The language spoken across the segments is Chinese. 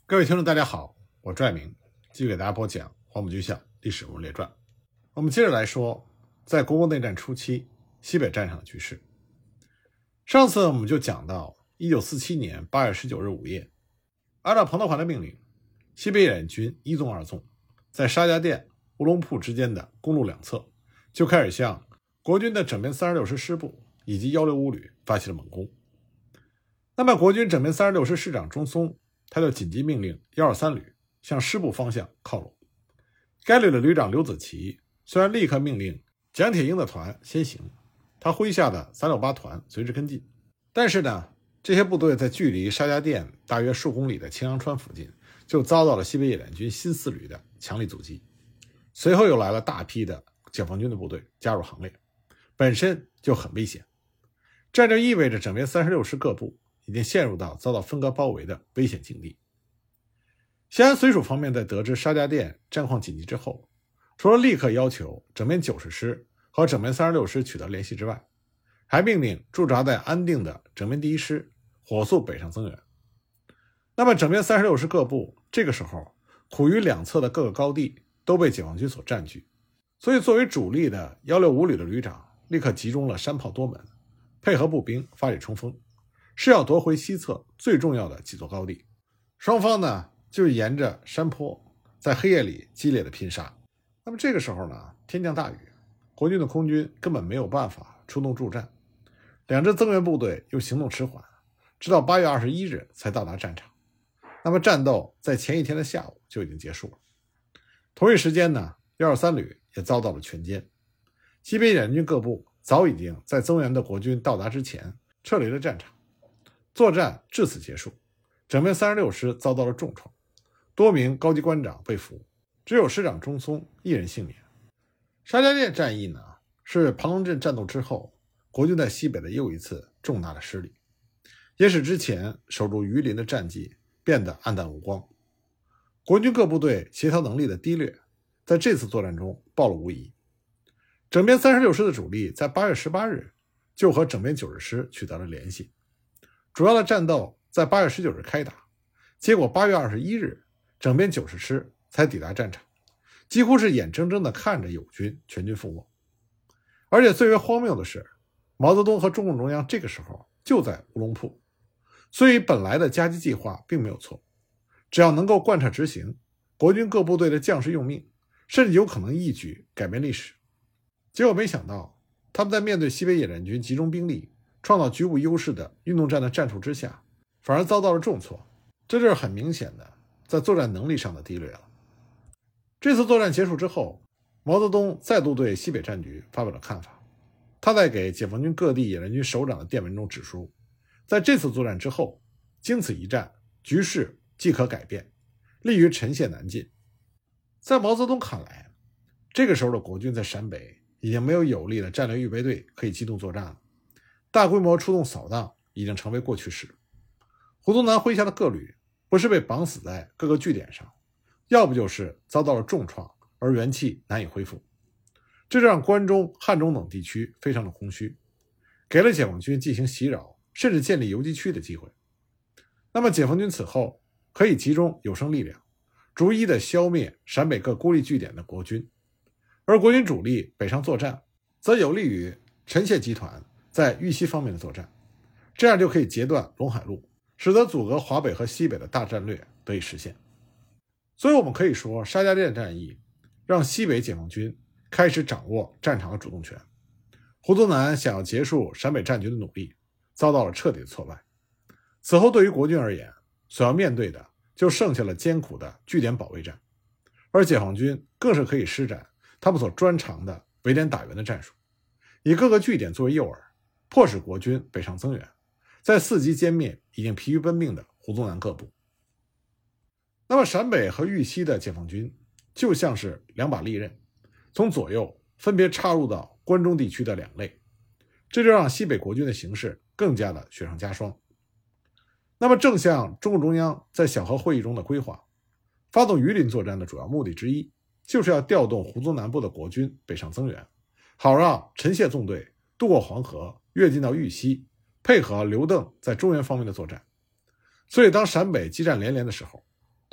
各位听众大家好，我拽明继续给大家播讲黄埔军校历史人物列传。我们接着来说在国共内战初期西北战场的局势。上次我们就讲到1947年8月19日午夜，按照彭德怀的命令，西北野战军一纵二纵在沙家店、乌龙铺之间的公路两侧就开始向国军的整编36师师部以及165旅发起了猛攻。那么国军整编36师师长钟松，他就紧急命令123旅向师部方向靠拢。该旅的旅长刘子奇虽然立刻命令蒋铁英的团先行，他麾下的368团随之跟进，但是呢，这些部队在距离沙家店大约数公里的青阳川附近就遭到了西北野战军新4旅的强力阻击。随后又来了大批的解放军的部队加入行列，本身就很危险。这就意味着整编36师各部已经陷入到遭到分割包围的危险境地。西安绥署方面在得知沙家店战况紧急之后，除了立刻要求整编90师和整编36师取得联系之外，还命令驻扎在安定的整编第1师火速北上增援。那么整编36师各部这个时候苦于两侧的各个高地都被解放军所占据，所以作为主力的165旅的旅长立刻集中了山炮多门，配合步兵发起冲锋，是要夺回西侧最重要的几座高地。双方呢就沿着山坡在黑夜里激烈的拼杀。那么这个时候呢，天降大雨，国军的空军根本没有办法出动助战，两支增援部队又行动迟缓，直到8月21日才到达战场。那么战斗在前一天的下午就已经结束了。同一时间呢，123旅也遭到了全歼。西北野战军各部早已经在增援的国军到达之前撤离了战场，作战至此结束。整编36师遭到了重创，多名高级官长被俘，只有师长钟松一人幸免。沙家店战役呢，是庞龙镇战斗之后国军在西北的又一次重大的失利，也使之前守住榆林的战绩变得黯淡无光。国军各部队协调能力的低劣在这次作战中暴露无遗。整编36师的主力在8月18日就和整编90师取得了联系，主要的战斗在8月19日开打，结果8月21日整编90师才抵达战场，几乎是眼睁睁地看着友军全军覆没。而且最为荒谬的是，毛泽东和中共中央这个时候就在乌龙铺，所以本来的夹击计划并没有错，只要能够贯彻执行，国军各部队的将士用命，甚至有可能一举改变历史。结果没想到，他们在面对西北野战军集中兵力创造局部优势的运动战的战术之下，反而遭到了重挫，这就是很明显的在作战能力上的低劣了。这次作战结束之后，毛泽东再度对西北战局发表了看法。他在给解放军各地野战军首长的电文中指出，在这次作战之后，经此一战，局势即可改变，利于陈谢南进。在毛泽东看来，这个时候的国军在陕北已经没有有力的战略预备队可以机动作战了，大规模出动扫荡已经成为过去式。胡宗南麾下的各旅不是被绑死在各个据点上，要不就是遭到了重创而元气难以恢复，这让关中、汉中等地区非常的空虚，给了解放军进行袭扰甚至建立游击区的机会。那么解放军此后可以集中有生力量，逐一的消灭陕北各孤立据点的国军，而国军主力北上作战，则有利于陈谢集团在豫西方面的作战，这样就可以截断陇海路，使得阻隔华北和西北的大战略得以实现。所以我们可以说，沙家店战役让西北解放军开始掌握战场的主动权。胡宗南想要结束陕北战局的努力遭到了彻底的挫败。此后对于国军而言，所要面对的就剩下了艰苦的据点保卫战，而解放军更是可以施展他们所专长的围点打援的战术，以各个据点作为诱饵，迫使国军北上增援，在伺机歼灭已经疲于奔命的胡宗南各部。那么陕北和豫西的解放军就像是两把利刃，从左右分别插入到关中地区的两肋，这就让西北国军的形势更加的雪上加霜。那么正像中共中央在小河会议中的规划，发动榆林作战的主要目的之一，就是要调动胡宗南部的国军北上增援，好让陈谢纵队渡过黄河，跃进到豫西，配合刘邓在中原方面的作战。所以当陕北激战连连的时候，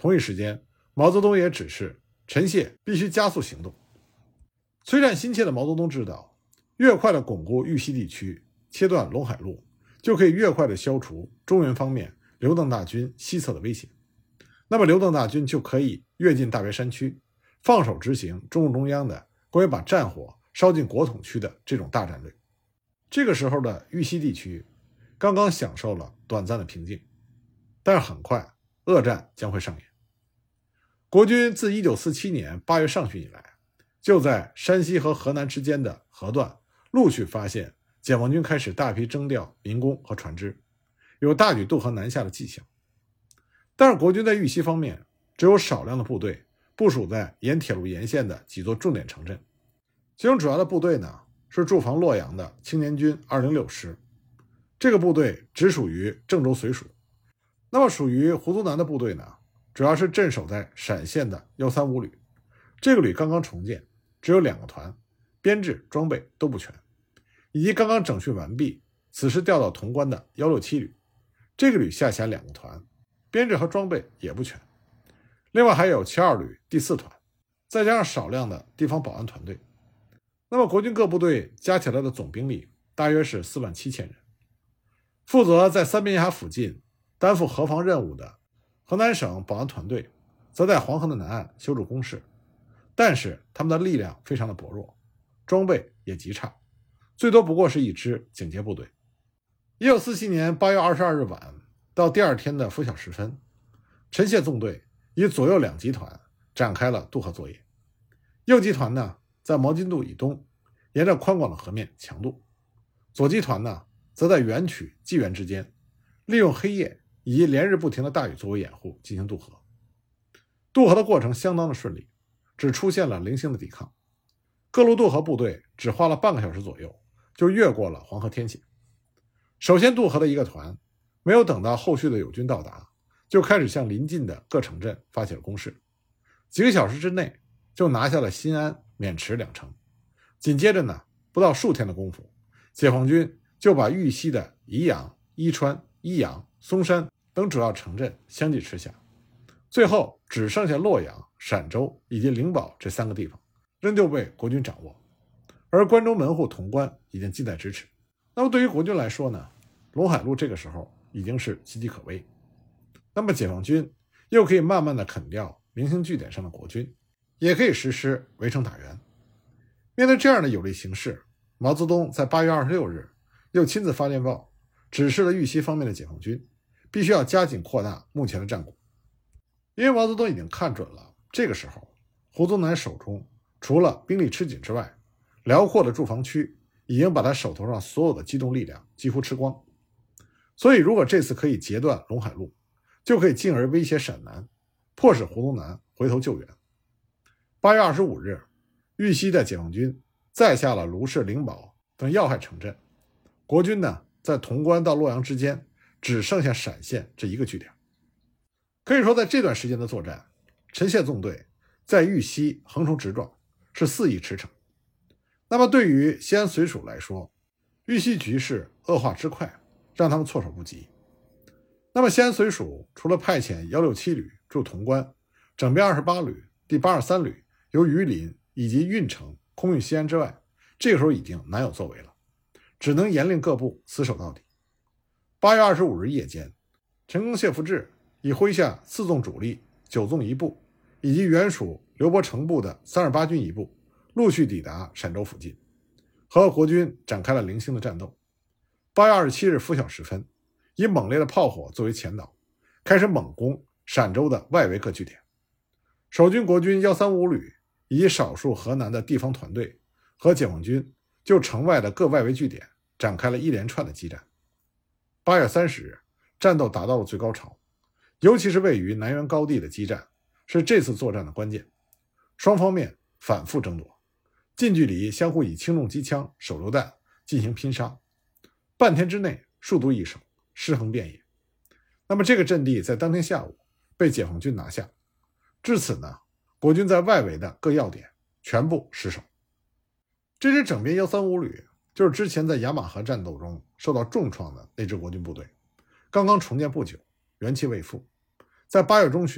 同一时间，毛泽东也指示陈谢必须加速行动。催战心切的毛泽东知道，越快的巩固豫西地区，切断陇海路，就可以越快的消除中原方面刘邓大军西侧的威胁。那么刘邓大军就可以跃进大别山区，放手执行中共中央的关于把战火烧进国统区的这种大战略。这个时候的豫西地区刚刚享受了短暂的平静，但是很快恶战将会上演。国军自1947年8月上旬以来，就在山西和河南之间的河段陆续发现解放军开始大批征调民工和船只，有大举渡河南下的迹象。但是国军在豫西方面只有少量的部队部署在沿铁路沿线的几座重点城镇，其中主要的部队呢是驻防洛阳的青年军206师，这个部队直属于郑州绥署。那么属于胡宗南的部队呢，主要是镇守在陕县的135旅，这个旅刚刚重建，只有2个团，编制装备都不全，以及刚刚整训完毕，此时调到潼关的167旅，这个旅下辖2个团，编制和装备也不全。另外还有72旅第4团，再加上少量的地方保安团队。那么国军各部队加起来的总兵力大约是47000人。负责在三边崖附近担负河防任务的河南省保安团队则在黄河的南岸修筑工事，但是他们的力量非常的薄弱，装备也极差，最多不过是一支警戒部队。1947年8月22日晚到第二天的拂晓时分，陈谢纵队以左右2集团展开了渡河作业。右集团呢，在毛巾渡以东，沿着宽广的河面强渡；左集团呢，则在垣曲、济源之间，利用黑夜以及连日不停的大雨作为掩护进行渡河。渡河的过程相当的顺利，只出现了零星的抵抗。各路渡河部队只花了半个小时左右，就越过了黄河天险。首先渡河的一个团，没有等到后续的友军到达，就开始向邻近的各城镇发起了攻势，几个小时之内就拿下了新安、渑池2城。紧接着呢，不到数天的功夫，解放军就把豫西的宜阳、伊川、益阳、松山等主要城镇相继吃下，最后只剩下洛阳、陕州以及灵宝这3个地方仍旧被国军掌握，而关中门户潼关已经近在咫尺。那么对于国军来说呢，陇海路这个时候已经是岌岌可危，那么解放军又可以慢慢的啃掉明星据点上的国军，也可以实施围城打援。面对这样的有利形势，毛泽东在8月26日又亲自发电报，指示了豫西方面的解放军必须要加紧扩大目前的战果。因为毛泽东已经看准了这个时候胡宗南手中除了兵力吃紧之外，辽阔的驻防区已经把他手头上所有的机动力量几乎吃光，所以如果这次可以截断陇海路，就可以进而威胁陕南，迫使胡宗南回头救援。8月25日，豫西的解放军再下了卢氏、灵宝等要害城镇，国军呢在潼关到洛阳之间只剩下陕县这一个据点。可以说在这段时间的作战，陈谢纵队在豫西横冲直撞，是4易驰骋。那么对于西安绥署来说，豫西局势恶化之快让他们措手不及。那么西安绥署除了派遣167旅驻潼关，整编28旅、第83旅由榆林以及运城空运西安之外，这个时候已经难有作为了，只能严令各部死守到底。8月25日夜间，陈赓、谢富治以麾下4纵主力、9纵一部以及原属刘伯承部的38军一部陆续抵达陕州附近，和国军展开了零星的战斗。8月27日拂晓时分，以猛烈的炮火作为前导，开始猛攻陕州的外围各据点。守军国军135旅以及少数河南的地方团队和解放军就城外的各外围据点展开了一连串的激战。8月30日，战斗达到了最高潮，尤其是位于南原高地的激战是这次作战的关键，双方面反复争夺，近距离相互以轻重机枪、手榴弹进行拼杀，半天之内数度易手，尸横遍野。那么这个阵地在当天下午被解放军拿下，至此呢，国军在外围的各要点全部失守。这支整编135旅就是之前在雅马河战斗中受到重创的那支国军部队，刚刚重建不久，元气未复，在8月中旬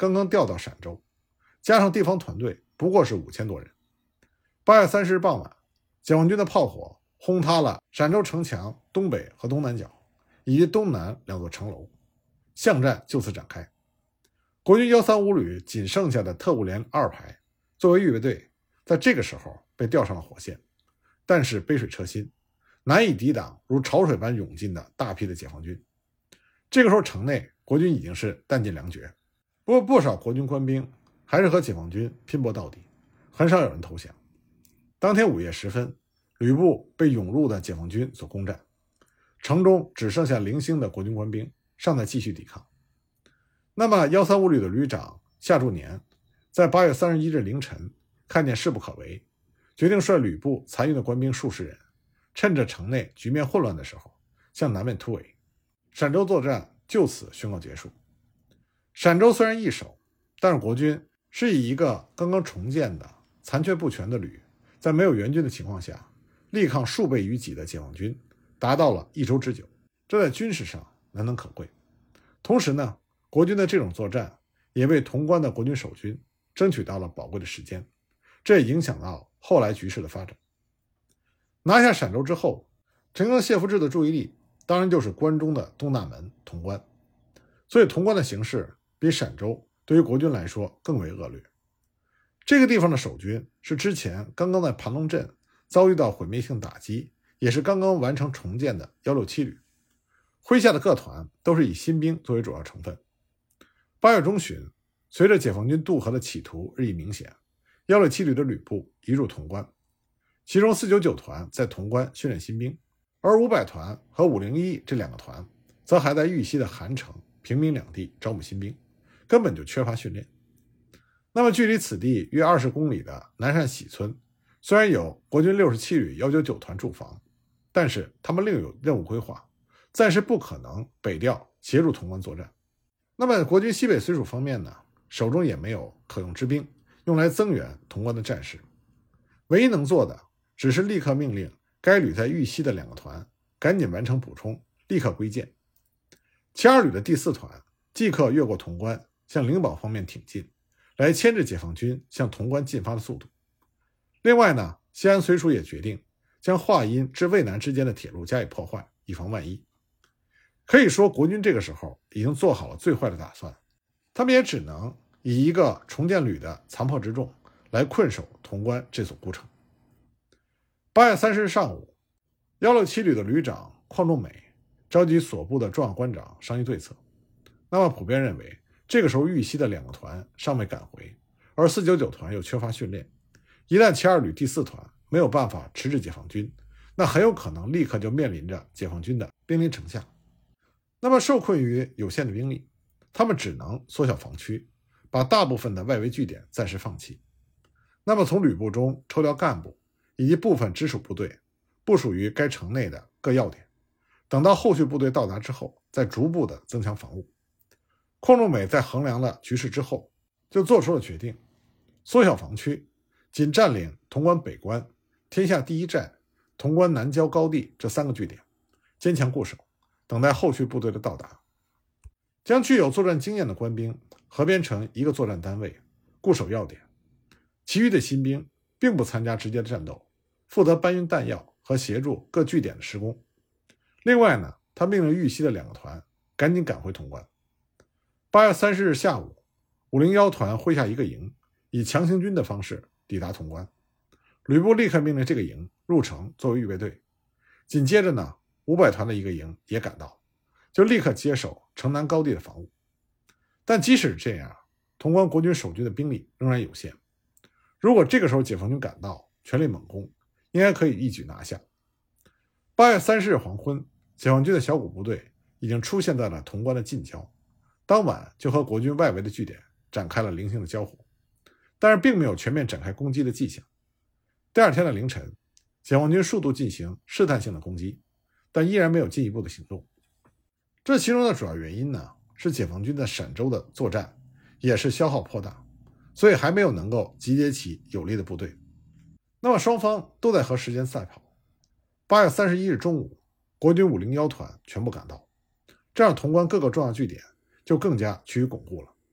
刚刚调到陕州，加上地方团队不过是5000多人。8月30日傍晚，解放军的炮火轰塌了陕州城墙东北和东南角，以及东南2座城楼，巷战就此展开。国军135旅仅剩下的特务连2排作为预备队，在这个时候被调上了火线，但是杯水车薪，难以抵挡如潮水般涌进的大批的解放军。这个时候城内国军已经是弹尽粮绝，不过不少国军官兵还是和解放军拼搏到底，很少有人投降。当天午夜时分，吕布被涌入的解放军所攻占，城中只剩下零星的国军官兵尚在继续抵抗。那么135旅的旅长夏祝年在8月31日凌晨看见势不可为，决定率吕布残余的官兵数十人，趁着城内局面混乱的时候向南面突围。陕州作战就此宣告结束。陕州虽然易手，但是国军是以一个刚刚重建的残缺不全的旅，在没有援军的情况下力抗数倍于己的解放军，达到了1周之久，这在军事上难能可贵。同时呢，国军的这种作战也为潼关的国军守军争取到了宝贵的时间，这也影响到后来局势的发展。拿下陕州之后，陈赓、谢富治的注意力当然就是关中的东大门潼关，所以潼关的形势比陕州对于国军来说更为恶劣。这个地方的守军是之前刚刚在盘龙镇遭遇到毁灭性打击，也是刚刚完成重建的167旅，麾下的各团都是以新兵作为主要成分。8月中旬，随着解放军渡河的企图日益明显，167旅的旅部移入潼关，其中499团在潼关训练新兵，而500团和501这2个团则还在豫西的韩城、平民两地招募新兵，根本就缺乏训练。那么距离此地约20公里的南善喜村，虽然有国军67旅199团驻防，但是他们另有任务规划，暂时不可能北调协助潼关作战。那么国军西北绥署方面呢，手中也没有可用之兵用来增援潼关的战事，唯一能做的只是立刻命令该旅在豫西的2个团赶紧完成补充，立刻归建。72旅的第4团即刻越过潼关向灵宝方面挺进，来牵制解放军向潼关进发的速度。另外呢，西安绥署也决定将华阴至渭南之间的铁路加以破坏，以防万一。可以说国军这个时候已经做好了最坏的打算，他们也只能以一个重建旅的残破之众来困守潼关这所孤城。8月30日上午，167旅的旅长邝仲美召集所部的重要官长商议对策。那么普遍认为，这个时候豫西的2个团尚未赶回，而499团又缺乏训练，一旦72旅第4团没有办法迟滞解放军，那很有可能立刻就面临着解放军的兵临城下。那么受困于有限的兵力，他们只能缩小防区，把大部分的外围据点暂时放弃。那么从旅部中抽调干部以及部分直属部队部署于该城内的各要点，等到后续部队到达之后，再逐步的增强防务。邝仲美在衡量了局势之后，就做出了决定，缩小防区，仅占领潼关北关、天下第一站、潼关南郊高地这3个据点，坚强固守，等待后续部队的到达。将具有作战经验的官兵合编成一个作战单位，固守要点，其余的新兵并不参加直接的战斗，负责搬运弹药和协助各据点的施工。另外呢，他命令豫西的2个团赶紧赶回潼关。8月30日下午，501团麾下一个营以强行军的方式抵达潼关，吕布立刻命令这个营入城作为预备队。紧接着呢，500团的一个营也赶到，就立刻接手城南高地的防务。但即使这样，潼关国军守军的兵力仍然有限，如果这个时候解放军赶到，全力猛攻，应该可以一举拿下。8月30日黄昏，解放军的小股部队已经出现在了潼关的近郊，当晚就和国军外围的据点展开了零星的交火，但是并没有全面展开攻击的迹象。第2天的凌晨，解放军数度进行试探性的攻击，但依然没有进一步的行动。这其中的主要原因呢，是解放军在陕州的作战也是消耗颇大，所以还没有能够集结起有力的部队。那么双方都在和时间赛跑。8月31日中午，国军501团全部赶到，这样潼关各个重要据点就更加趋于巩固了。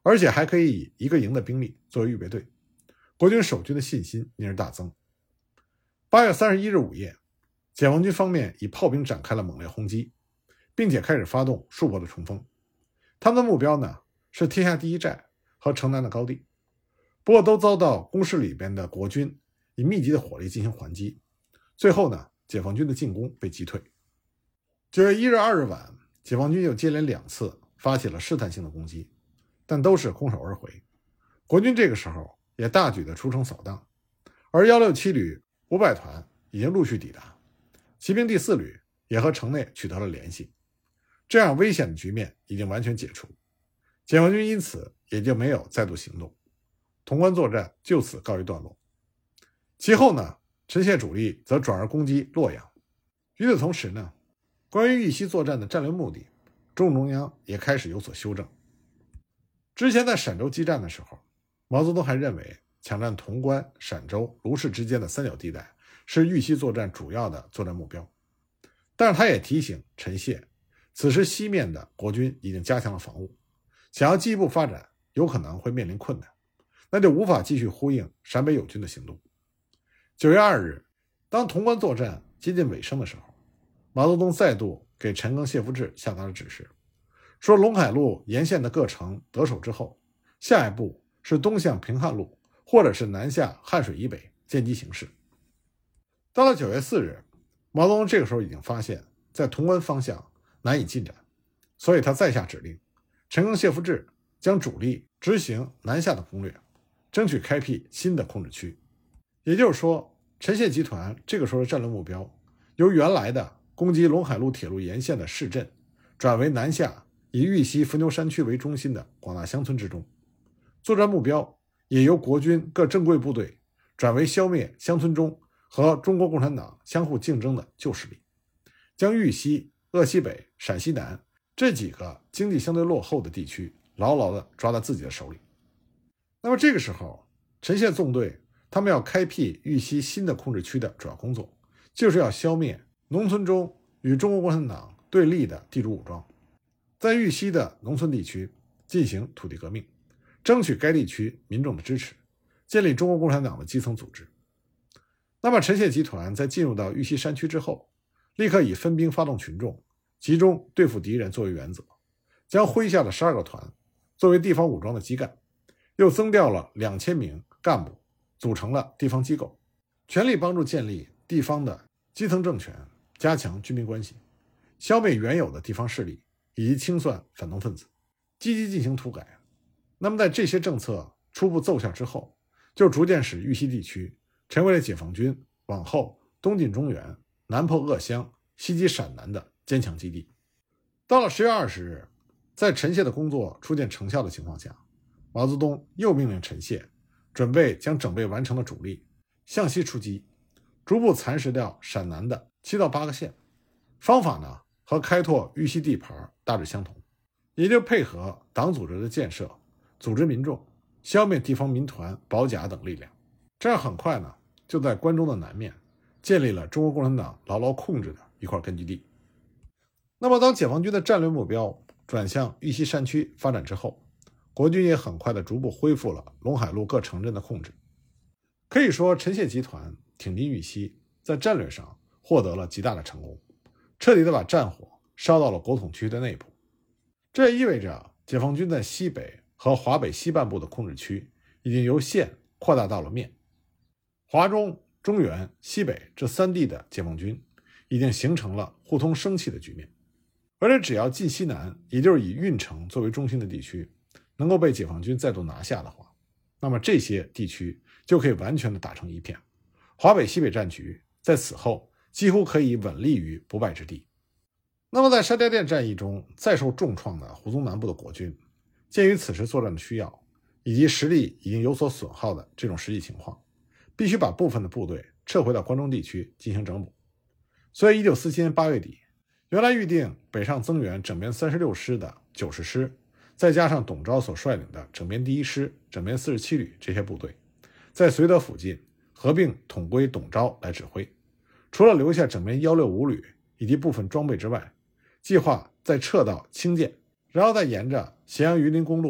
而且还可以以一个营的兵力作为预备队，国军守军的信心因而大增。8月31日午夜，解放军方面以炮兵展开了猛烈轰击，并且开始发动数波的冲锋。他们的目标呢是天下第一寨和城南的高地，不过都遭到工事里边的国军以密集的火力进行还击。最后呢，解放军的进攻被击退。9月1日、2日晚，解放军又接连2次发起了试探性的攻击，但都是空手而回。国军这个时候也大举的出城扫荡，而167旅500团已经陆续抵达，骑兵第4旅也和城内取得了联系。这样危险的局面已经完全解除，解放军因此也就没有再度行动，潼关作战就此告一段落。其后呢，陈谢主力则转而攻击洛阳。与此同时呢，关于豫西作战的战略目的，中共中央也开始有所修正。之前在陕州激战的时候，毛泽东还认为抢占潼关、陕州、卢氏之间的三角地带是豫西作战主要的作战目标，但是他也提醒陈谢，此时西面的国军已经加强了防务，想要进一步发展有可能会面临困难，那就无法继续呼应陕北友军的行动。9月2日，当潼关作战接近尾声的时候，毛泽东再度给陈赓、谢富治下达了指示，说陇海路沿线的各城得手之后，下一步是东向平汉路，或者是南下汉水以北见机行事。到了9月4日，毛泽东这个时候已经发现在潼关方向难以进展，所以他再下指令，陈赓、谢富治将主力执行南下的攻略，争取开辟新的控制区。也就是说，陈谢集团这个时候的战略目标由原来的攻击陇海路铁路沿线的市镇，转为南下以豫西伏牛山区为中心的广大乡村之中。作战目标也由国军各正规部队转为消灭乡村中和中国共产党相互竞争的旧势力，将豫西、鄂西北、陕西南这几个经济相对落后的地区牢牢地抓在自己的手里。那么这个时候，陈谢纵队他们要开辟豫西新的控制区的主要工作，就是要消灭农村中与中国共产党对立的地主武装，在豫西的农村地区进行土地革命，争取该地区民众的支持，建立中国共产党的基层组织。那么陈谢集团在进入到豫西山区之后，立刻以分兵发动群众，集中对付敌人作为原则，将麾下的12个团作为地方武装的基干，又增调了2000名干部，组成了地方机构，全力帮助建立地方的基层政权，加强军民关系，消灭原有的地方势力，以及清算反动分子，积极进行土改。那么在这些政策初步奏效之后，就逐渐使豫西地区成为了解放军往后东进中原、南破鄂湘、西击陕南的坚强基地。到了10月20日，在陈谢的工作初见成效的情况下，毛泽东又命令陈谢准备将整备完成的主力向西出击，逐步蚕食掉陕南的7到8个县。方法呢和开拓豫西地盘大致相同，也就配合党组织的建设，组织民众，消灭地方民团、保甲等力量。这样很快呢就在关中的南面建立了中国共产党牢牢控制的一块根据地。那么当解放军的战略目标转向豫西山区发展之后，国军也很快的逐步恢复了陇海路各城镇的控制。可以说陈谢集团挺进豫西，在战略上获得了极大的成功，彻底的把战火烧到了国统区的内部。这也意味着解放军在西北和华北西半部的控制区已经由县扩大到了面。华中、中原、西北这3地的解放军已经形成了互通生气的局面。而且只要晋西南，也就是以运城作为中心的地区能够被解放军再度拿下的话，那么这些地区就可以完全的打成一片，华北西北战局在此后几乎可以稳立于不败之地。那么在沙家店战役中再受重创的胡宗南部的国军，鉴于此时作战的需要以及实力已经有所损耗的这种实际情况，必须把部分的部队撤回到关中地区进行整补。所以1947年8月底，原来预定北上增援整编36师的90师，再加上董钊所率领的整编第1师、整编47旅这些部队，在绥德附近合并统归董钊来指挥。除了留下整编165旅以及部分装备之外，计划再撤到清涧，然后再沿着咸阳榆林公路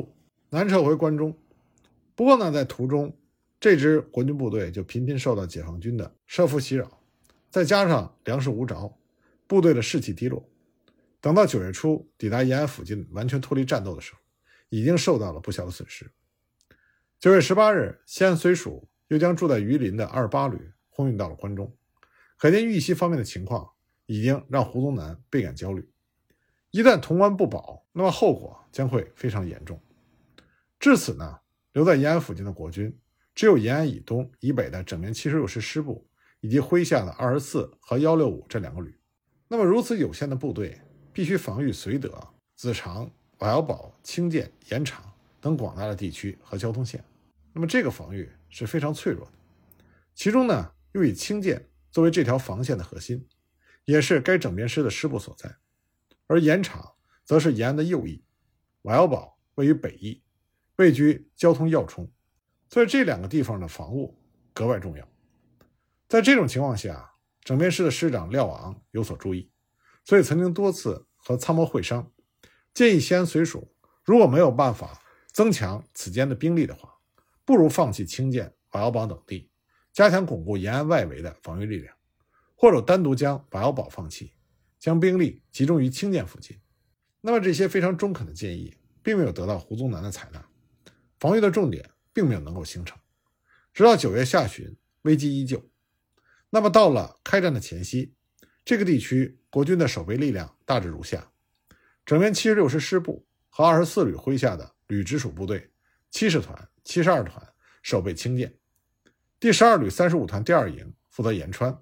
南撤回关中。不过呢，在途中，这支国军部队就频频受到解放军的设伏袭扰，再加上粮食无着，部队的士气低落。等到9月初抵达延安附近完全脱离战斗的时候，已经受到了不小的损失。9月18日，西安绥署又将住在榆林的28旅轰运到了关中，可见豫西方面的情况已经让胡宗南倍感焦虑。一旦潼关不保，那么后果将会非常严重。至此呢，留在延安附近的国军只有延安以东以北的整编76师师部以及麾下的24和165这2个旅。那么如此有限的部队必须防御绥德、子长、瓦窑堡、清涧、盐场等广大的地区和交通线，那么这个防御是非常脆弱的。其中呢，又以清涧作为这条防线的核心，也是该整编师的师部所在，而盐场则是延安的右翼，瓦窑堡位于北翼，位居交通要冲，所以这2个地方的防务格外重要。在这种情况下，整编师的师长廖昂有所注意，所以曾经多次和参谋会商，建议西安绥署如果没有办法增强此间的兵力的话，不如放弃清涧、瓦窑堡等地，加强巩固延安外围的防御力量，或者单独将瓦窑堡放弃，将兵力集中于清涧附近。那么这些非常中肯的建议并没有得到胡宗南的采纳，防御的重点并没有能够形成。直到9月下旬，危机依旧。那么到了开战的前夕，这个地区国军的守备力量大致如下：整编76师师部和24旅麾下的旅直属部队70团、72团守备清涧，第12旅35团第2营负责延川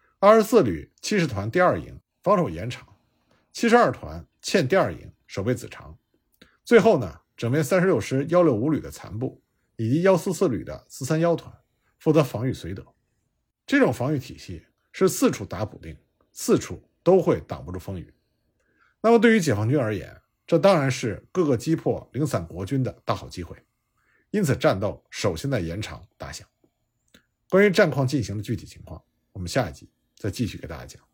，24旅70团第2营防守盐场，72团欠第2营守备子长。最后呢，整编36师165旅的残部以及144旅的431团负责防御绥德。这种防御体系是4处打补丁，4处都会挡不住风雨。那么对于解放军而言，这当然是各个击破零散国军的大好机会，因此战斗首先在盐场打响。关于战况进行的具体情况，我们下一集再继续给大家讲。